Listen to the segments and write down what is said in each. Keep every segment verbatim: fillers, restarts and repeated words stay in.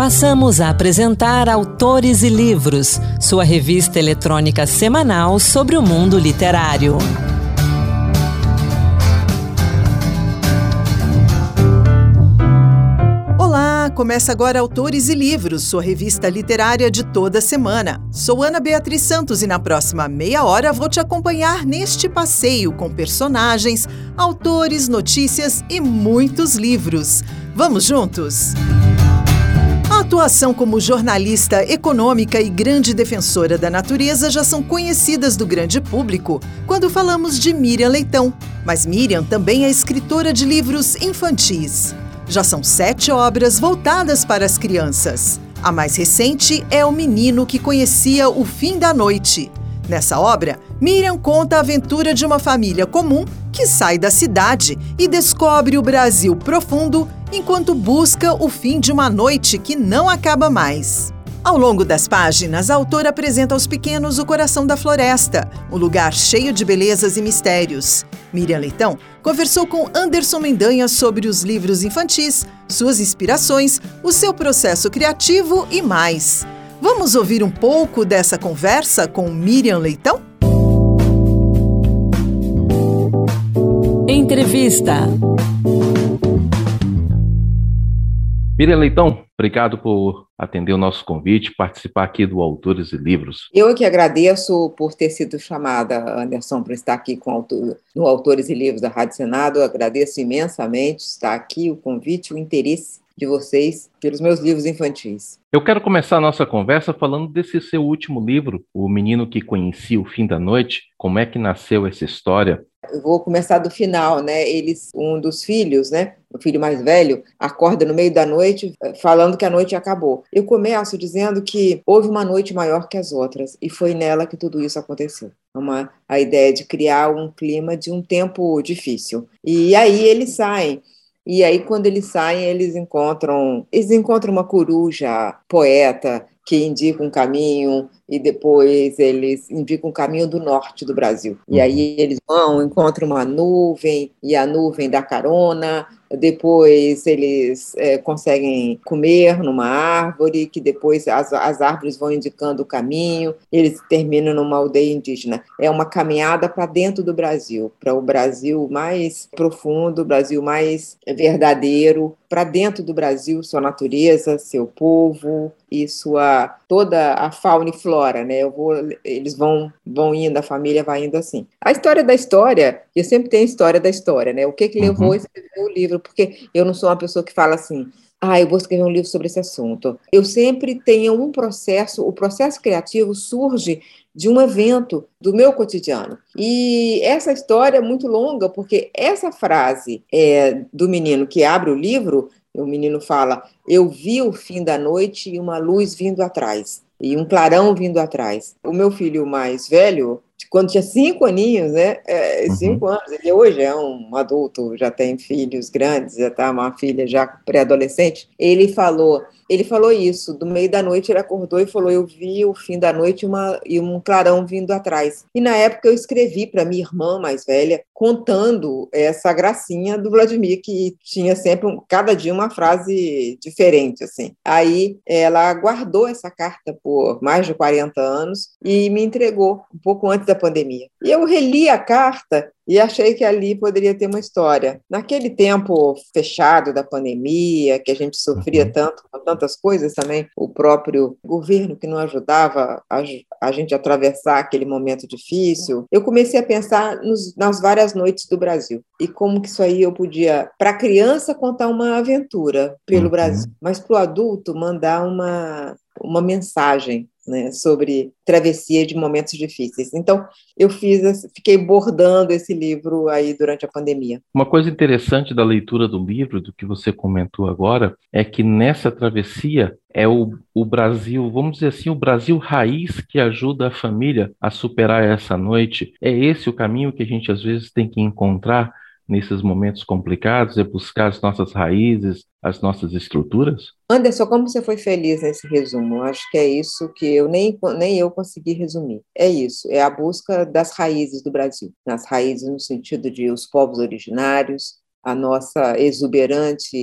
Passamos a apresentar Autores e Livros, sua revista eletrônica semanal sobre o mundo literário. Olá, começa agora Autores e Livros, sua revista literária de toda semana. Sou Ana Beatriz Santos e na próxima meia hora vou te acompanhar neste passeio com personagens, autores, notícias e muitos livros. Vamos juntos? A atuação como jornalista econômica e grande defensora da natureza já são conhecidas do grande público quando falamos de Miriam Leitão. Mas Miriam também é escritora de livros infantis. Já são sete obras voltadas para as crianças. A mais recente é O Menino que Conhecia o Fim da Noite. Nessa obra, Miriam conta a aventura de uma família comum que sai da cidade e descobre o Brasil profundo enquanto busca o fim de uma noite que não acaba mais. Ao longo das páginas, a autora apresenta aos pequenos o coração da floresta, um lugar cheio de belezas e mistérios. Miriam Leitão conversou com Anderson Mendanha sobre os livros infantis, suas inspirações, o seu processo criativo e mais. Vamos ouvir um pouco dessa conversa com Miriam Leitão? Entrevista. Miriam Leitão, obrigado por atender o nosso convite, participar aqui do Autores e Livros. Eu que agradeço por ter sido chamada, Anderson, para estar aqui com autor, no Autores e Livros da Rádio Senado. Eu agradeço imensamente estar aqui, o convite, o interesse de vocês pelos meus livros infantis. Eu quero começar a nossa conversa falando desse seu último livro, O Menino que Conhecia o Fim da Noite. Como é que nasceu essa história? Eu vou começar do final, né? Eles, um dos filhos, né? O filho mais velho, acorda no meio da noite falando que a noite acabou. Eu começo dizendo que houve uma noite maior que as outras e foi nela que tudo isso aconteceu. Uma, a ideia de criar um clima de um tempo difícil. E aí eles saem. E aí, quando eles saem, eles encontram, eles encontram uma coruja poeta que indica um caminho e depois eles indicam o caminho do norte do Brasil. E aí eles vão, encontram uma nuvem e a nuvem dá carona. Depois eles é, conseguem comer numa árvore, que depois as, as árvores vão indicando o caminho, eles terminam numa aldeia indígena. É uma caminhada para dentro do Brasil, para o Brasil mais profundo, o Brasil mais verdadeiro, para dentro do Brasil, sua natureza, seu povo e sua, toda a fauna e flora, né? Eu vou, eles vão, vão indo, a família vai indo assim. A história da história, eu sempre tenho a história da história, né? O que que levou a escrever o livro? Porque eu não sou uma pessoa que fala assim, ah, eu vou escrever um livro sobre esse assunto. Eu sempre tenho um processo, o processo criativo surge de um evento do meu cotidiano. E essa história é muito longa, porque essa frase é, do menino que abre o livro, o menino fala, eu vi o fim da noite e uma luz vindo atrás, e um clarão vindo atrás. O meu filho mais velho, quando tinha cinco aninhos, né, é, cinco uhum. anos, ele hoje é um adulto, já tem filhos grandes, já está uma filha já pré-adolescente, ele falou, ele falou isso, do meio da noite ele acordou e falou, eu vi o fim da noite uma, e um clarão vindo atrás. E na época eu escrevi para minha irmã mais velha, contando essa gracinha do Vladimir, que tinha sempre, um, cada dia uma frase diferente, assim. Aí ela guardou essa carta por mais de quarenta anos e me entregou um pouco antes da pandemia. E eu reli a carta e achei que ali poderia ter uma história. Naquele tempo fechado da pandemia, que a gente sofria uhum. tanto, com tantas coisas também, o próprio governo que não ajudava a, a gente a atravessar aquele momento difícil, eu comecei a pensar nos, nas várias noites do Brasil. E como que isso aí eu podia, para a criança, contar uma aventura pelo uhum. Brasil, mas para o adulto mandar uma, uma mensagem, né, sobre travessia de momentos difíceis. Então, eu fiz, fiquei bordando esse livro aí durante a pandemia. Uma coisa interessante da leitura do livro, do que você comentou agora, é que nessa travessia é o, o Brasil, vamos dizer assim, o Brasil raiz que ajuda a família a superar essa noite. É esse o caminho que a gente às vezes tem que encontrar nesses momentos complicados, é buscar as nossas raízes, as nossas estruturas? Anderson, como você foi feliz nesse resumo? Acho que é isso que eu nem, nem eu consegui resumir. É isso, é a busca das raízes do Brasil. Nas raízes no sentido de os povos originários, a nossa exuberante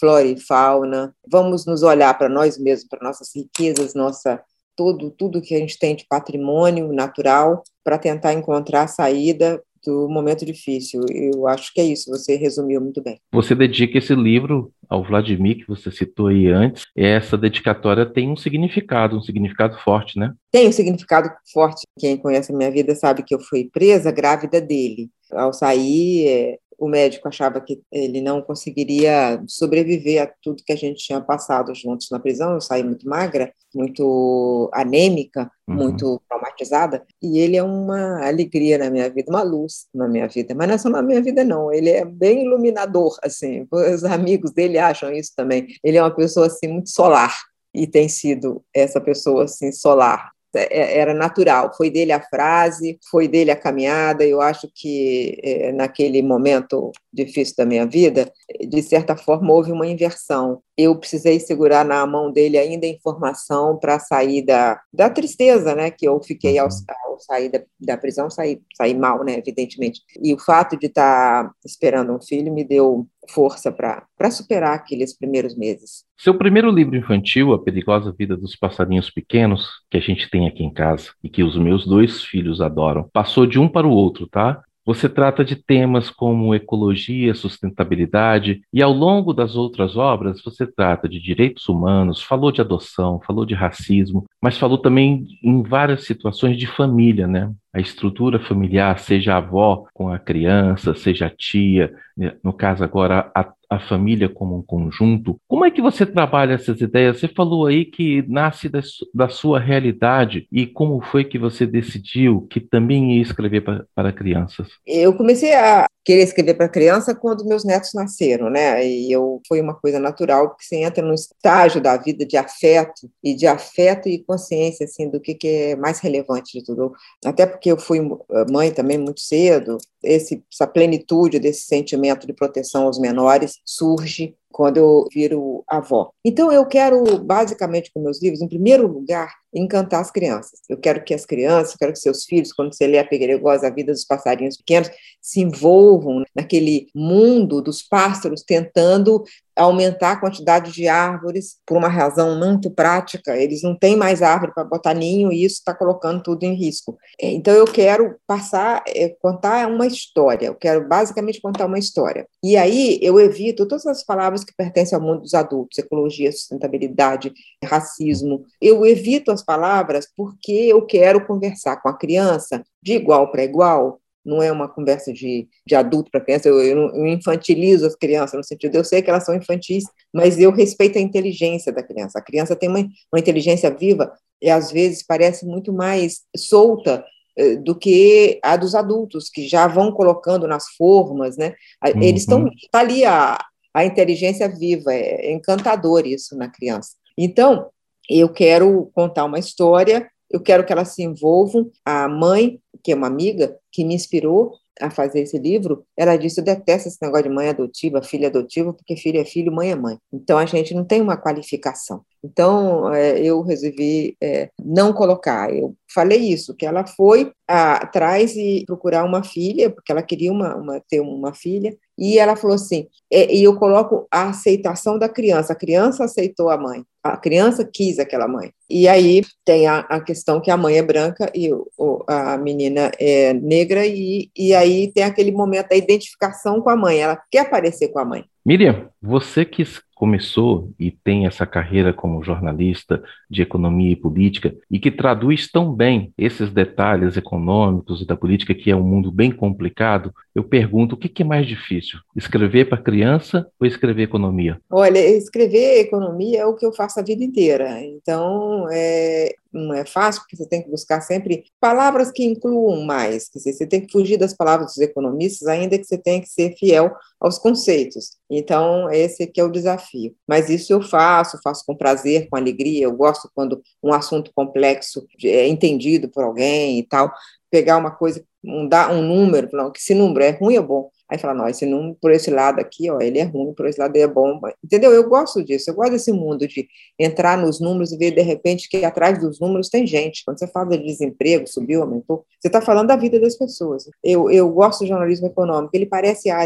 flora e fauna, vamos nos olhar para nós mesmos, para nossas riquezas, nossa, tudo, tudo que a gente tem de patrimônio natural, para tentar encontrar a saída do momento difícil. Eu acho que é isso, você resumiu muito bem. Você dedica esse livro ao Vladimir, que você citou aí antes. Essa dedicatória tem um significado, um significado forte, né? Tem um significado forte. Quem conhece a minha vida sabe que eu fui presa grávida dele. Ao sair, é, o médico achava que ele não conseguiria sobreviver a tudo que a gente tinha passado juntos na prisão. Eu saí muito magra, muito anêmica, uhum. muito traumatizada, e ele é uma alegria na minha vida, uma luz na minha vida, mas não é só na minha vida não, ele é bem iluminador, assim, os amigos dele acham isso também, ele é uma pessoa, assim, muito solar, e tem sido essa pessoa, assim, solar. Era natural, foi dele a frase, foi dele a caminhada. Eu acho que é, naquele momento difícil da minha vida, de certa forma houve uma inversão. Eu precisei segurar na mão dele ainda a informação para sair da, da tristeza, né, que eu fiquei ao, ao sair da, da prisão, saí, saí mal, né, evidentemente. E o fato de estar esperando um filho me deu força para superar aqueles primeiros meses. Seu primeiro livro infantil, A Perigosa Vida dos Passarinhos Pequenos, que a gente tem aqui em casa e que os meus dois filhos adoram, passou de um para o outro, tá? Você trata de temas como ecologia, sustentabilidade, e ao longo das outras obras você trata de direitos humanos, falou de adoção, falou de racismo, mas falou também em várias situações de família, né? A estrutura familiar, seja a avó com a criança, seja a tia, no caso agora a, a família como um conjunto. Como é que você trabalha essas ideias? Você falou aí que nasce da, da sua realidade, e como foi que você decidiu que também ia escrever pra, para crianças? Eu comecei a querer escrever para criança quando meus netos nasceram, né? E eu, foi uma coisa natural, porque você entra num estágio da vida de afeto, e de afeto e consciência, assim, do que, que é mais relevante de tudo. Até porque eu fui mãe também muito cedo, esse, essa plenitude desse sentimento de proteção aos menores surge quando eu viro avó. Então, eu quero, basicamente, com meus livros, em primeiro lugar, encantar as crianças. Eu quero que as crianças, eu quero que seus filhos, quando você lê A Perigosa Vida dos Passarinhos Pequenos, se envolvam naquele mundo dos pássaros tentando aumentar a quantidade de árvores por uma razão muito prática. Eles não têm mais árvore para botar ninho e isso está colocando tudo em risco. Então, eu quero passar, é, contar uma história. Eu quero, basicamente, contar uma história. E aí, eu evito todas as palavras que pertencem ao mundo dos adultos, ecologia, sustentabilidade, racismo. Eu evito as palavras porque eu quero conversar com a criança de igual para igual. Não é uma conversa de, de adulto para criança, eu, eu, eu infantilizo as crianças, no sentido, eu sei que elas são infantis, mas eu respeito a inteligência da criança. A criança tem uma, uma inteligência viva e, às vezes, parece muito mais solta eh, do que a dos adultos, que já vão colocando nas formas, né? Uhum. Eles estão, está ali a, a inteligência viva, é, é encantador isso na criança. Então, eu quero contar uma história, eu quero que elas se envolvam. A mãe, que é uma amiga, que me inspirou a fazer esse livro, ela disse, eu detesto esse negócio de mãe adotiva, filha adotiva, porque filho é filho, mãe é mãe. Então, a gente não tem uma qualificação. Então, é, eu resolvi é, não colocar. Eu falei isso, que ela foi a, atrás e procurar uma filha, porque ela queria uma, uma, ter uma filha, e ela falou assim, é, e eu coloco a aceitação da criança. A criança aceitou a mãe, a criança quis aquela mãe. E aí tem a, a questão que a mãe é branca e o, a menina é negra, e, e aí tem aquele momento da identificação com a mãe, ela quer aparecer com a mãe. Miriam, você que começou e tem essa carreira como jornalista de economia e política e que traduz tão bem esses detalhes econômicos e da política, que é um mundo bem complicado, eu pergunto, o que é mais difícil? Escrever para criança ou escrever economia? Olha, escrever economia é o que eu faço a vida inteira, então é, não é fácil, porque você tem que buscar sempre palavras que incluam mais, quer dizer, você tem que fugir das palavras dos economistas, ainda que você tenha que ser fiel aos conceitos. Então, esse aqui é o desafio. Mas isso eu faço, faço com prazer, com alegria. Eu gosto quando um assunto complexo é entendido por alguém e tal. Pegar uma coisa, um, dar um número, não, que esse número é ruim ou bom? Aí fala, não, esse número por esse lado aqui, ó, ele é ruim, por esse lado ele é bom. Entendeu? Eu gosto disso, eu gosto desse mundo de entrar nos números e ver, de repente, que atrás dos números tem gente. Quando você fala de desemprego, subiu, aumentou, você está falando da vida das pessoas. Eu, eu gosto do jornalismo econômico, ele parece árido,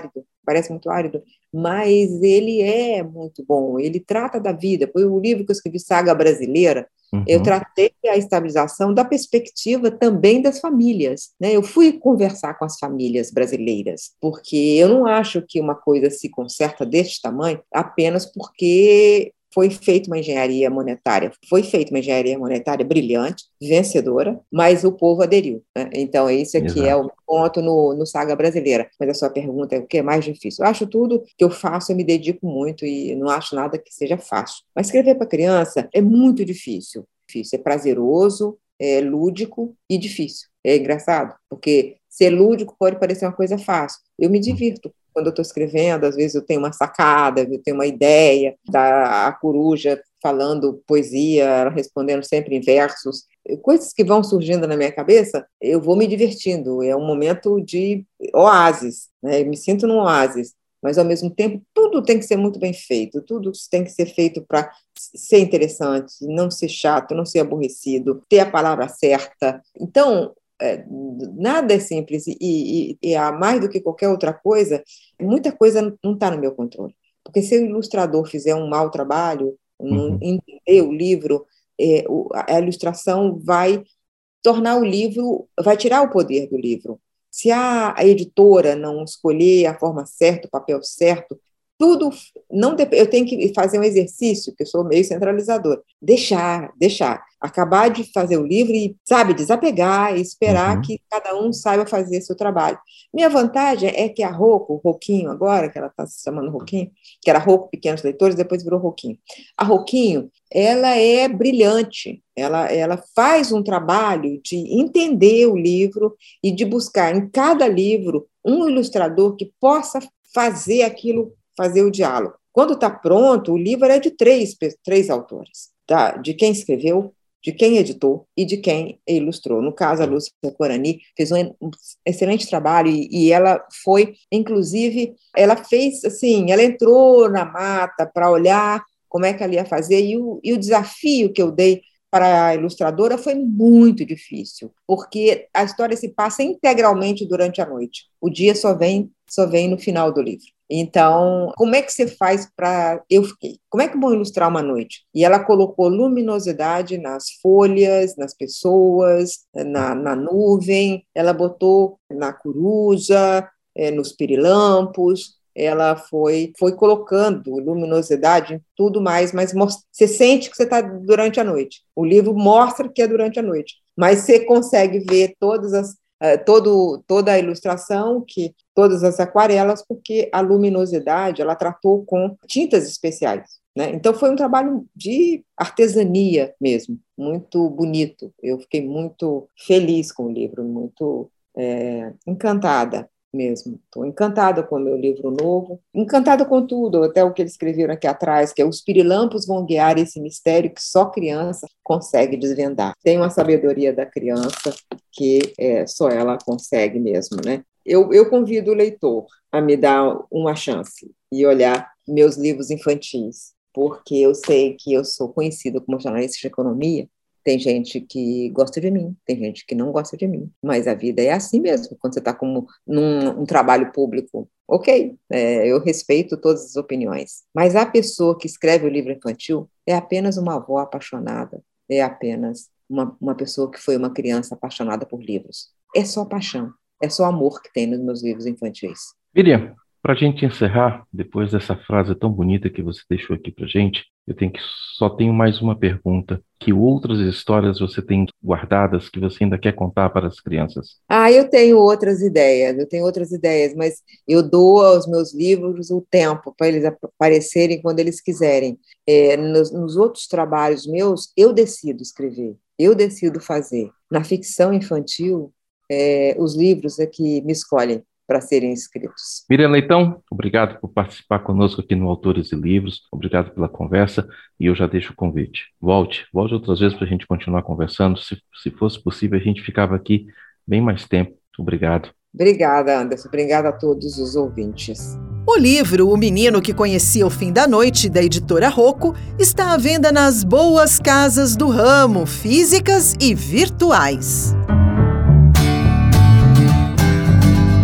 parece muito árido, mas ele é muito bom, ele trata da vida. Foi o livro que eu escrevi, Saga Brasileira, uhum. Eu tratei a estabilização da perspectiva também das famílias, né? Eu fui conversar com as famílias brasileiras, porque eu não acho que uma coisa se conserta deste tamanho apenas porque foi feita uma engenharia monetária, foi feita uma engenharia monetária brilhante, vencedora, mas o povo aderiu, né? Então, esse aqui Exato. É o ponto no, no Saga Brasileira. Mas a sua pergunta é o que é mais difícil? Eu acho tudo que eu faço, eu me dedico muito e não acho nada que seja fácil. Mas escrever para criança é muito difícil. difícil. É prazeroso, é lúdico e difícil. É engraçado, porque ser lúdico pode parecer uma coisa fácil. Eu me divirto. Quando eu estou escrevendo, às vezes eu tenho uma sacada, eu tenho uma ideia da a coruja falando poesia, ela respondendo sempre em versos, coisas que vão surgindo na minha cabeça, eu vou me divertindo, é um momento de oásis, né? Eu me sinto num oásis, mas ao mesmo tempo tudo tem que ser muito bem feito, tudo tem que ser feito para ser interessante, não ser chato, não ser aborrecido, ter a palavra certa. Então, É, nada é simples e, e, e a mais do que qualquer outra coisa, muita coisa não está no meu controle, porque se o ilustrador fizer um mau trabalho, não uhum. entender o livro, é, o, a ilustração vai tornar o livro, vai tirar o poder do livro. Se a, a editora não escolher a forma certa, o papel certo, tudo, não eu tenho que fazer um exercício, que eu sou meio centralizadora, deixar, deixar, acabar de fazer o livro e, sabe, desapegar e esperar uhum. que cada um saiba fazer seu trabalho. Minha vantagem é que a Rocco, o Roquinho agora, que ela está se chamando Roquinho, que era Rocco Pequenos Leitores, depois virou Roquinho. A Roquinho, ela é brilhante, ela, ela faz um trabalho de entender o livro e de buscar em cada livro um ilustrador que possa fazer aquilo, fazer o diálogo. Quando está pronto, o livro é de três, três autores, tá? De quem escreveu, de quem editou e de quem ilustrou. No caso, a Lúcia Corani fez um excelente trabalho e, e ela foi, inclusive, ela fez assim, ela entrou na mata para olhar como é que ela ia fazer e o, e o desafio que eu dei para a ilustradora foi muito difícil, porque a história se passa integralmente durante a noite. O dia só vem, só vem no final do livro. Então, como é que você faz para... Eu fiquei, como é que eu vou ilustrar uma noite? E ela colocou luminosidade nas folhas, nas pessoas, na, na nuvem, ela botou na coruja, é, nos pirilampos, ela foi, foi colocando luminosidade em tudo mais, mas você sente que você está durante a noite. O livro mostra que é durante a noite, mas você consegue ver todas as, uh, todo, toda a ilustração, que, todas as aquarelas, porque a luminosidade ela tratou com tintas especiais, né? Então foi um trabalho de artesania mesmo, muito bonito. Eu fiquei muito feliz com o livro, muito é, encantada mesmo. Estou encantada com o meu livro novo, encantada com tudo, até o que eles escreveram aqui atrás, que é os pirilampos vão guiar esse mistério que só criança consegue desvendar. Tem uma sabedoria da criança que é, só ela consegue mesmo, né? Eu, eu convido o leitor a me dar uma chance e olhar meus livros infantis, porque eu sei que eu sou conhecida como jornalista de economia. Tem gente que gosta de mim, tem gente que não gosta de mim, mas a vida é assim mesmo, quando você está como num um trabalho público. Ok, é, eu respeito todas as opiniões, mas a pessoa que escreve o livro infantil é apenas uma avó apaixonada, é apenas uma, uma pessoa que foi uma criança apaixonada por livros. É só paixão, é só amor que tem nos meus livros infantis. Miriam, para a gente encerrar, depois dessa frase tão bonita que você deixou aqui para a gente, eu tenho que, só tenho mais uma pergunta. Que outras histórias você tem guardadas que você ainda quer contar para as crianças? Ah, eu tenho outras ideias, eu tenho outras ideias, mas eu dou aos meus livros o tempo para eles aparecerem quando eles quiserem. É, nos, nos outros trabalhos meus, eu decido escrever, eu decido fazer. Na ficção infantil, é, os livros é que me escolhem para serem escritos. Miriam Leitão, obrigado por participar conosco aqui no Autores e Livros, obrigado pela conversa, e eu já deixo o convite. Volte, volte outras vezes para a gente continuar conversando, se, se fosse possível a gente ficava aqui bem mais tempo. Obrigado. Obrigada, Anderson, obrigada a todos os ouvintes. O livro O Menino que Conhecia o Fim da Noite, da editora Rocco, está à venda nas boas casas do ramo, físicas e virtuais.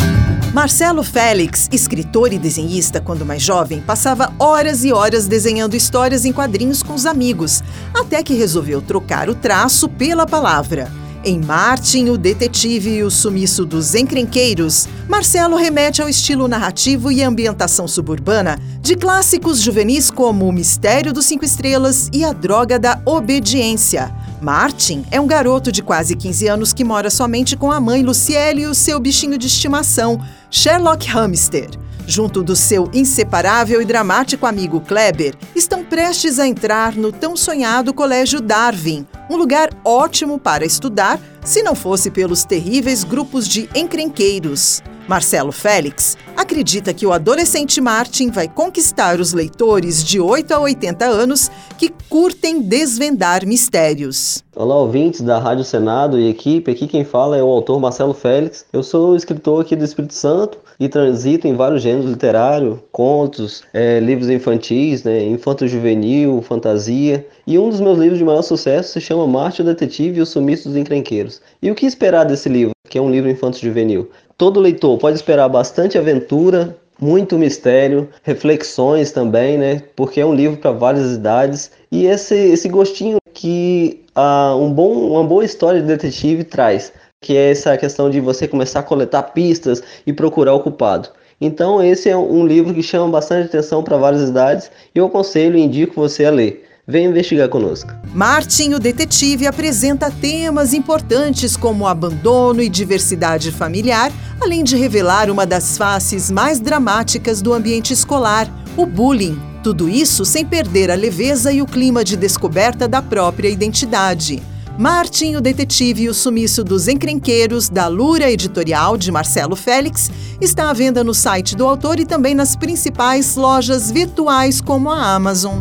Marcelo Félix, escritor e desenhista, quando mais jovem, passava horas e horas desenhando histórias em quadrinhos com os amigos, até que resolveu trocar o traço pela palavra. Em Martin, o Detetive e o Sumiço dos Encrenqueiros, Marcelo remete ao estilo narrativo e ambientação suburbana de clássicos juvenis como O Mistério dos Cinco Estrelas e A Droga da Obediência. Martin é um garoto de quase quinze anos que mora somente com a mãe Luciele e o seu bichinho de estimação, Sherlock Hamster. Junto do seu inseparável e dramático amigo Kleber, estão prestes a entrar no tão sonhado Colégio Darwin, um lugar ótimo para estudar, se não fosse pelos terríveis grupos de encrenqueiros. Marcelo Félix acredita que o adolescente Martin vai conquistar os leitores de oito a oitenta anos que curtem desvendar mistérios. Olá, ouvintes da Rádio Senado e equipe. Aqui quem fala é o autor Marcelo Félix. Eu sou escritor aqui do Espírito Santo e transito em vários gêneros literários, contos, é, livros infantis, né, infanto-juvenil, fantasia. E um dos meus livros de maior sucesso se chama Martin, o Detetive e o Sumiço dos Encrenqueiros. E o que esperar desse livro, que é um livro infanto-juvenil? Todo leitor pode esperar bastante aventura, muito mistério, reflexões também, né? Porque é um livro para várias idades. E esse, esse gostinho que ah, um bom, uma boa história de detetive traz, que é essa questão de você começar a coletar pistas e procurar o culpado. Então esse é um livro que chama bastante atenção para várias idades e eu aconselho e indico você a ler. Venha investigar conosco. Martin, o Detetive, apresenta temas importantes como abandono e diversidade familiar, além de revelar uma das faces mais dramáticas do ambiente escolar, o bullying. Tudo isso sem perder a leveza e o clima de descoberta da própria identidade. Martin, o Detetive e o Sumiço dos Encrenqueiros, da Lura Editorial, de Marcelo Félix, está à venda no site do autor e também nas principais lojas virtuais como a Amazon.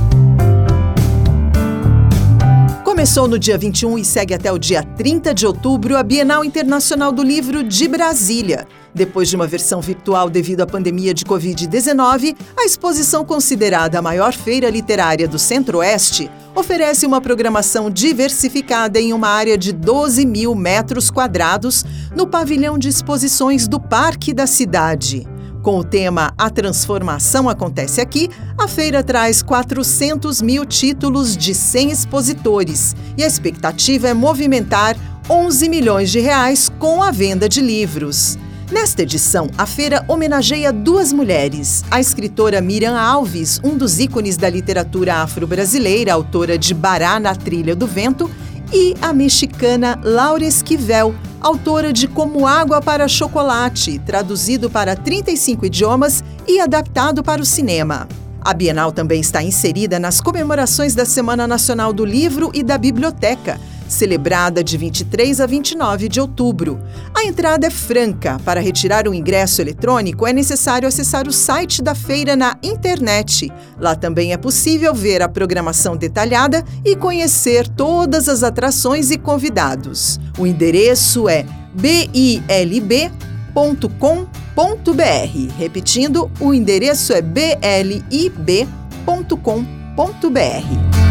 Começou no dia vinte e um e segue até o dia trinta de outubro a Bienal Internacional do Livro de Brasília. Depois de uma versão virtual devido à pandemia de covid dezenove, a exposição, considerada a maior feira literária do Centro-Oeste, oferece uma programação diversificada em uma área de doze mil metros quadrados no pavilhão de exposições do Parque da Cidade. Com o tema A Transformação Acontece Aqui, a feira traz quatrocentos mil títulos de cem expositores e a expectativa é movimentar onze milhões de reais com a venda de livros. Nesta edição, a feira homenageia duas mulheres, a escritora Miriam Alves, um dos ícones da literatura afro-brasileira, autora de Bará na Trilha do Vento, e a mexicana Laura Esquivel, autora de Como Água para Chocolate, traduzido para trinta e cinco idiomas e adaptado para o cinema. A Bienal também está inserida nas comemorações da Semana Nacional do Livro e da Biblioteca, celebrada de vinte e três a vinte e nove de outubro. A entrada é franca. Para retirar o ingresso eletrônico, é necessário acessar o site da feira na internet. Lá também é possível ver a programação detalhada e conhecer todas as atrações e convidados. O endereço é bilb ponto com ponto br. Repetindo, o endereço é bilb ponto com ponto br.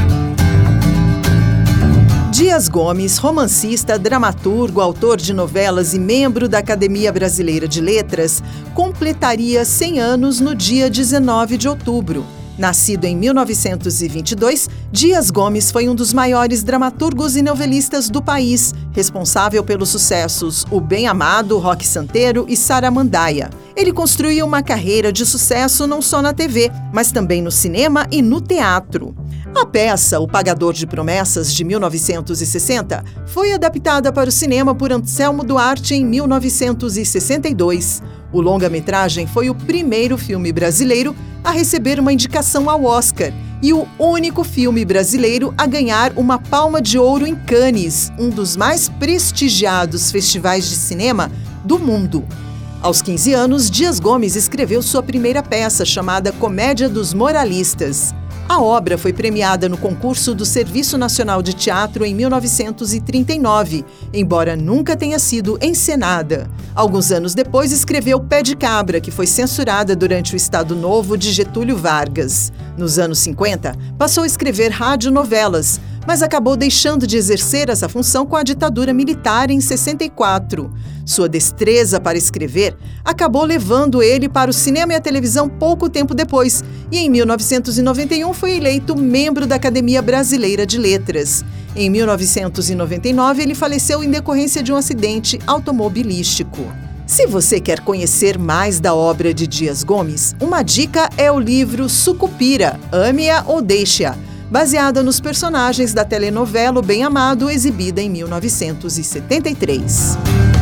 Dias Gomes, romancista, dramaturgo, autor de novelas e membro da Academia Brasileira de Letras, completaria cem anos no dia dezenove de outubro. Nascido em mil novecentos e vinte e dois, Dias Gomes foi um dos maiores dramaturgos e novelistas do país, responsável pelos sucessos O Bem Amado, Roque Santeiro e Saramandaia. Ele construiu uma carreira de sucesso não só na T V, mas também no cinema e no teatro. A peça O Pagador de Promessas, de mil novecentos e sessenta, foi adaptada para o cinema por Anselmo Duarte em mil novecentos e sessenta e dois. O longa-metragem foi o primeiro filme brasileiro a receber uma indicação ao Oscar e o único filme brasileiro a ganhar uma Palma de Ouro em Cannes, um dos mais prestigiados festivais de cinema do mundo. Aos quinze anos, Dias Gomes escreveu sua primeira peça, chamada Comédia dos Moralistas. A obra foi premiada no concurso do Serviço Nacional de Teatro em mil novecentos e trinta e nove, embora nunca tenha sido encenada. Alguns anos depois, escreveu Pé de Cabra, que foi censurada durante o Estado Novo de Getúlio Vargas. Nos anos cinquenta, passou a escrever radionovelas, mas acabou deixando de exercer essa função com a ditadura militar em sessenta e quatro. Sua destreza para escrever acabou levando ele para o cinema e a televisão pouco tempo depois, e em mil novecentos e noventa e um foi eleito membro da Academia Brasileira de Letras. Em mil novecentos e noventa e nove, ele faleceu em decorrência de um acidente automobilístico. Se você quer conhecer mais da obra de Dias Gomes, uma dica é o livro Sucupira, Ame-a ou Deixe-a, baseada nos personagens da telenovela O Bem Amado, exibida em mil novecentos e setenta e três.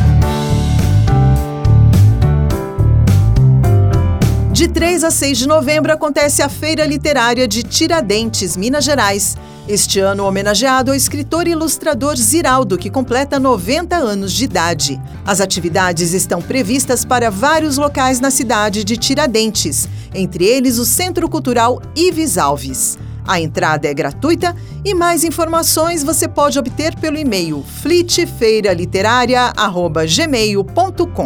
De três a seis de novembro acontece a Feira Literária de Tiradentes, Minas Gerais. Este ano homenageado ao escritor e ilustrador Ziraldo, que completa noventa anos de idade. As atividades estão previstas para vários locais na cidade de Tiradentes, entre eles o Centro Cultural Ives Alves. A entrada é gratuita e mais informações você pode obter pelo e-mail flitfeiraliteraria arroba gmail ponto com.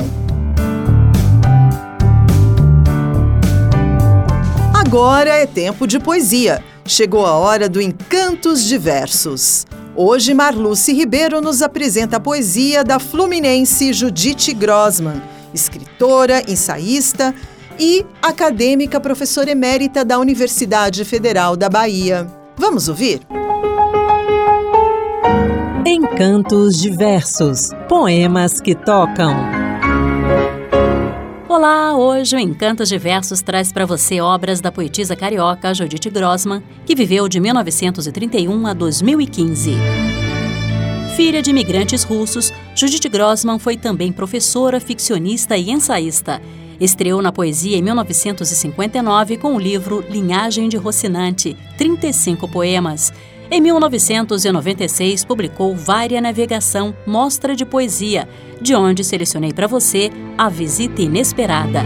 Agora é tempo de poesia. Chegou a hora do Encantos de Versos. Hoje, Marluce Ribeiro nos apresenta a poesia da fluminense Judite Grossman, escritora, ensaísta e acadêmica professora emérita da Universidade Federal da Bahia. Vamos ouvir? Encantos de Versos, poemas que tocam. Olá, hoje o Encantos de Versos traz para você obras da poetisa carioca Judite Grossman, que viveu de mil novecentos e trinta e um a dois mil e quinze. Filha de imigrantes russos, Judite Grossman foi também professora, ficcionista e ensaísta. Estreou na poesia em mil novecentos e cinquenta e nove com o livro Linhagem de Rocinante, trinta e cinco poemas. Em mil novecentos e noventa e seis, publicou Vária Navegação, Mostra de Poesia, de onde selecionei para você A Visita Inesperada.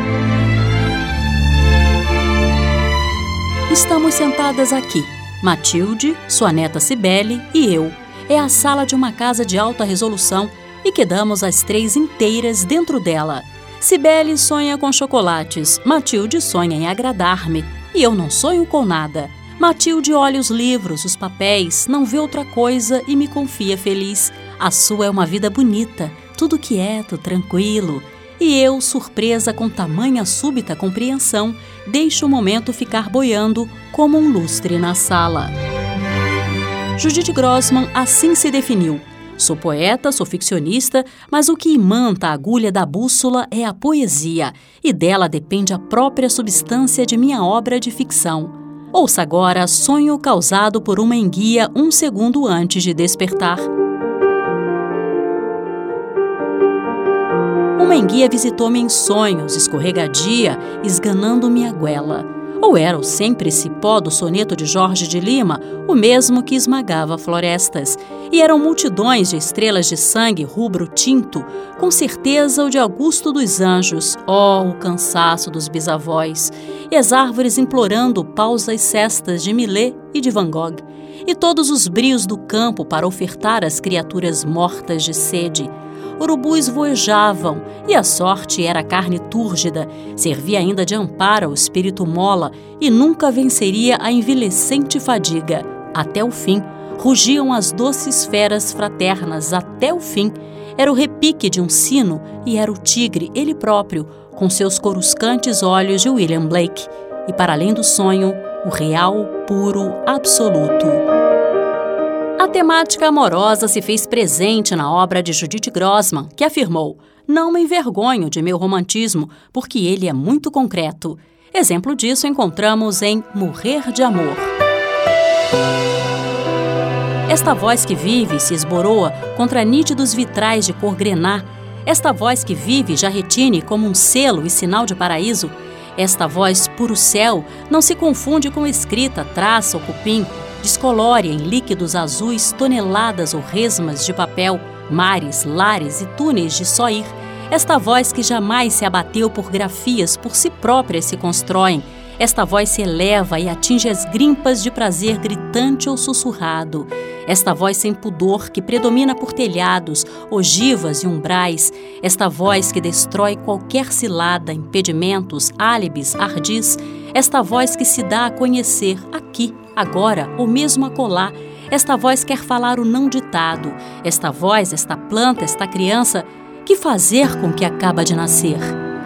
Estamos sentadas aqui, Matilde, sua neta Cibele e eu. É a sala de uma casa de alta resolução e quedamos as três inteiras dentro dela. Cibele sonha com chocolates, Matilde sonha em agradar-me e eu não sonho com nada. Matilde olha os livros, os papéis, não vê outra coisa e me confia feliz. A sua é uma vida bonita, tudo quieto, tranquilo. E eu, surpresa com tamanha súbita compreensão, deixo o momento ficar boiando como um lustre na sala. Judite Grossman assim se definiu. Sou poeta, sou ficcionista, mas o que imanta a agulha da bússola é a poesia, e dela depende a própria substância de minha obra de ficção. Ouça agora Sonho Causado por uma Enguia um segundo antes de despertar. Uma enguia visitou-me em sonhos, escorregadia, esganando minha goela. Ou era o sempre cipó do soneto de Jorge de Lima, o mesmo que esmagava florestas. E eram multidões de estrelas de sangue rubro-tinto, com certeza o de Augusto dos Anjos, ó, oh, o cansaço dos bisavós, e as árvores implorando pausas cestas de Millet e de Van Gogh, e todos os brios do campo para ofertar às criaturas mortas de sede. Urubus voejavam, e a sorte era carne túrgida, servia ainda de amparo ao espírito mola e nunca venceria a envelhecente fadiga. Até o fim, rugiam as doces feras fraternas, até o fim. Era o repique de um sino e era o tigre, ele próprio, com seus coruscantes olhos de William Blake. E para além do sonho, o real, puro, absoluto. A temática amorosa se fez presente na obra de Judite Grossman, que afirmou: não me envergonho de meu romantismo, porque ele é muito concreto. Exemplo disso encontramos em Morrer de Amor. Esta voz que vive se esboroa contra nítidos vitrais de cor grená. Esta voz que vive já retine como um selo e sinal de paraíso. Esta voz puro céu não se confunde com escrita, traça ou cupim. Descolore em líquidos azuis toneladas ou resmas de papel, mares, lares e túneis de só ir. Esta voz que jamais se abateu por grafias, por si próprias se constroem. Esta voz se eleva e atinge as grimpas de prazer gritante ou sussurrado. Esta voz sem pudor que predomina por telhados, ogivas e umbrais. Esta voz que destrói qualquer cilada, impedimentos, álibis, ardis. Esta voz que se dá a conhecer aqui, agora ou mesmo acolá. esta voz quer falar o não ditado. Esta voz, esta planta, esta criança, que fazer com que acaba de nascer?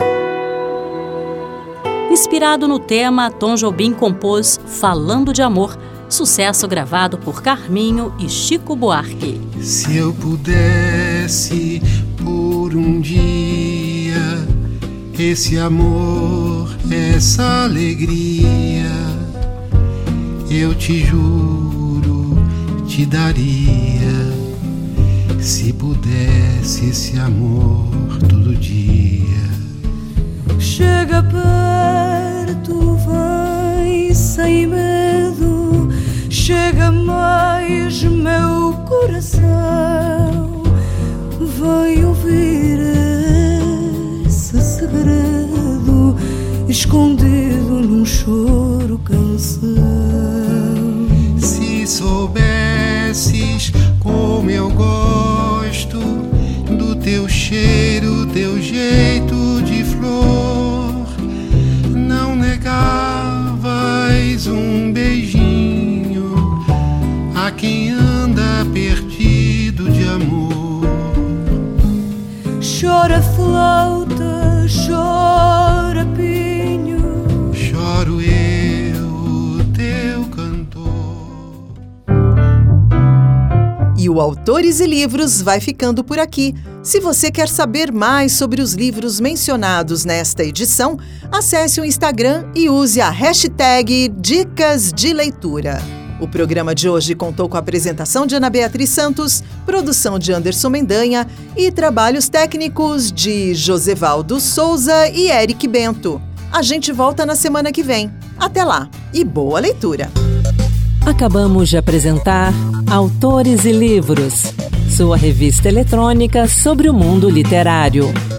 Inspirado no tema, Tom Jobim compôs Falando de Amor, sucesso gravado por Carminho e Chico Buarque. Se eu pudesse por um dia esse amor, essa alegria, eu te juro, te daria, se pudesse esse amor todo dia. Chega perto, vem sem medo, chega mais meu coração, vem ouvir esse segredo escondido num choro canção. Se soubesses como eu gosto do teu cheiro, teu jeito de flor, não negavas um beijinho a quem anda perdido de amor. Chora flauta, chora pinho, choro eu, teu cantor. E o Autores e Livros vai ficando por aqui. Se você quer saber mais sobre os livros mencionados nesta edição, acesse o Instagram e use a hashtag Dicas de Leitura. O programa de hoje contou com a apresentação de Ana Beatriz Santos, produção de Anderson Mendanha e trabalhos técnicos de Josevaldo Souza e Eric Bento. A gente volta na semana que vem. Até lá e boa leitura! Acabamos de apresentar Autores e Livros, sua revista eletrônica sobre o mundo literário.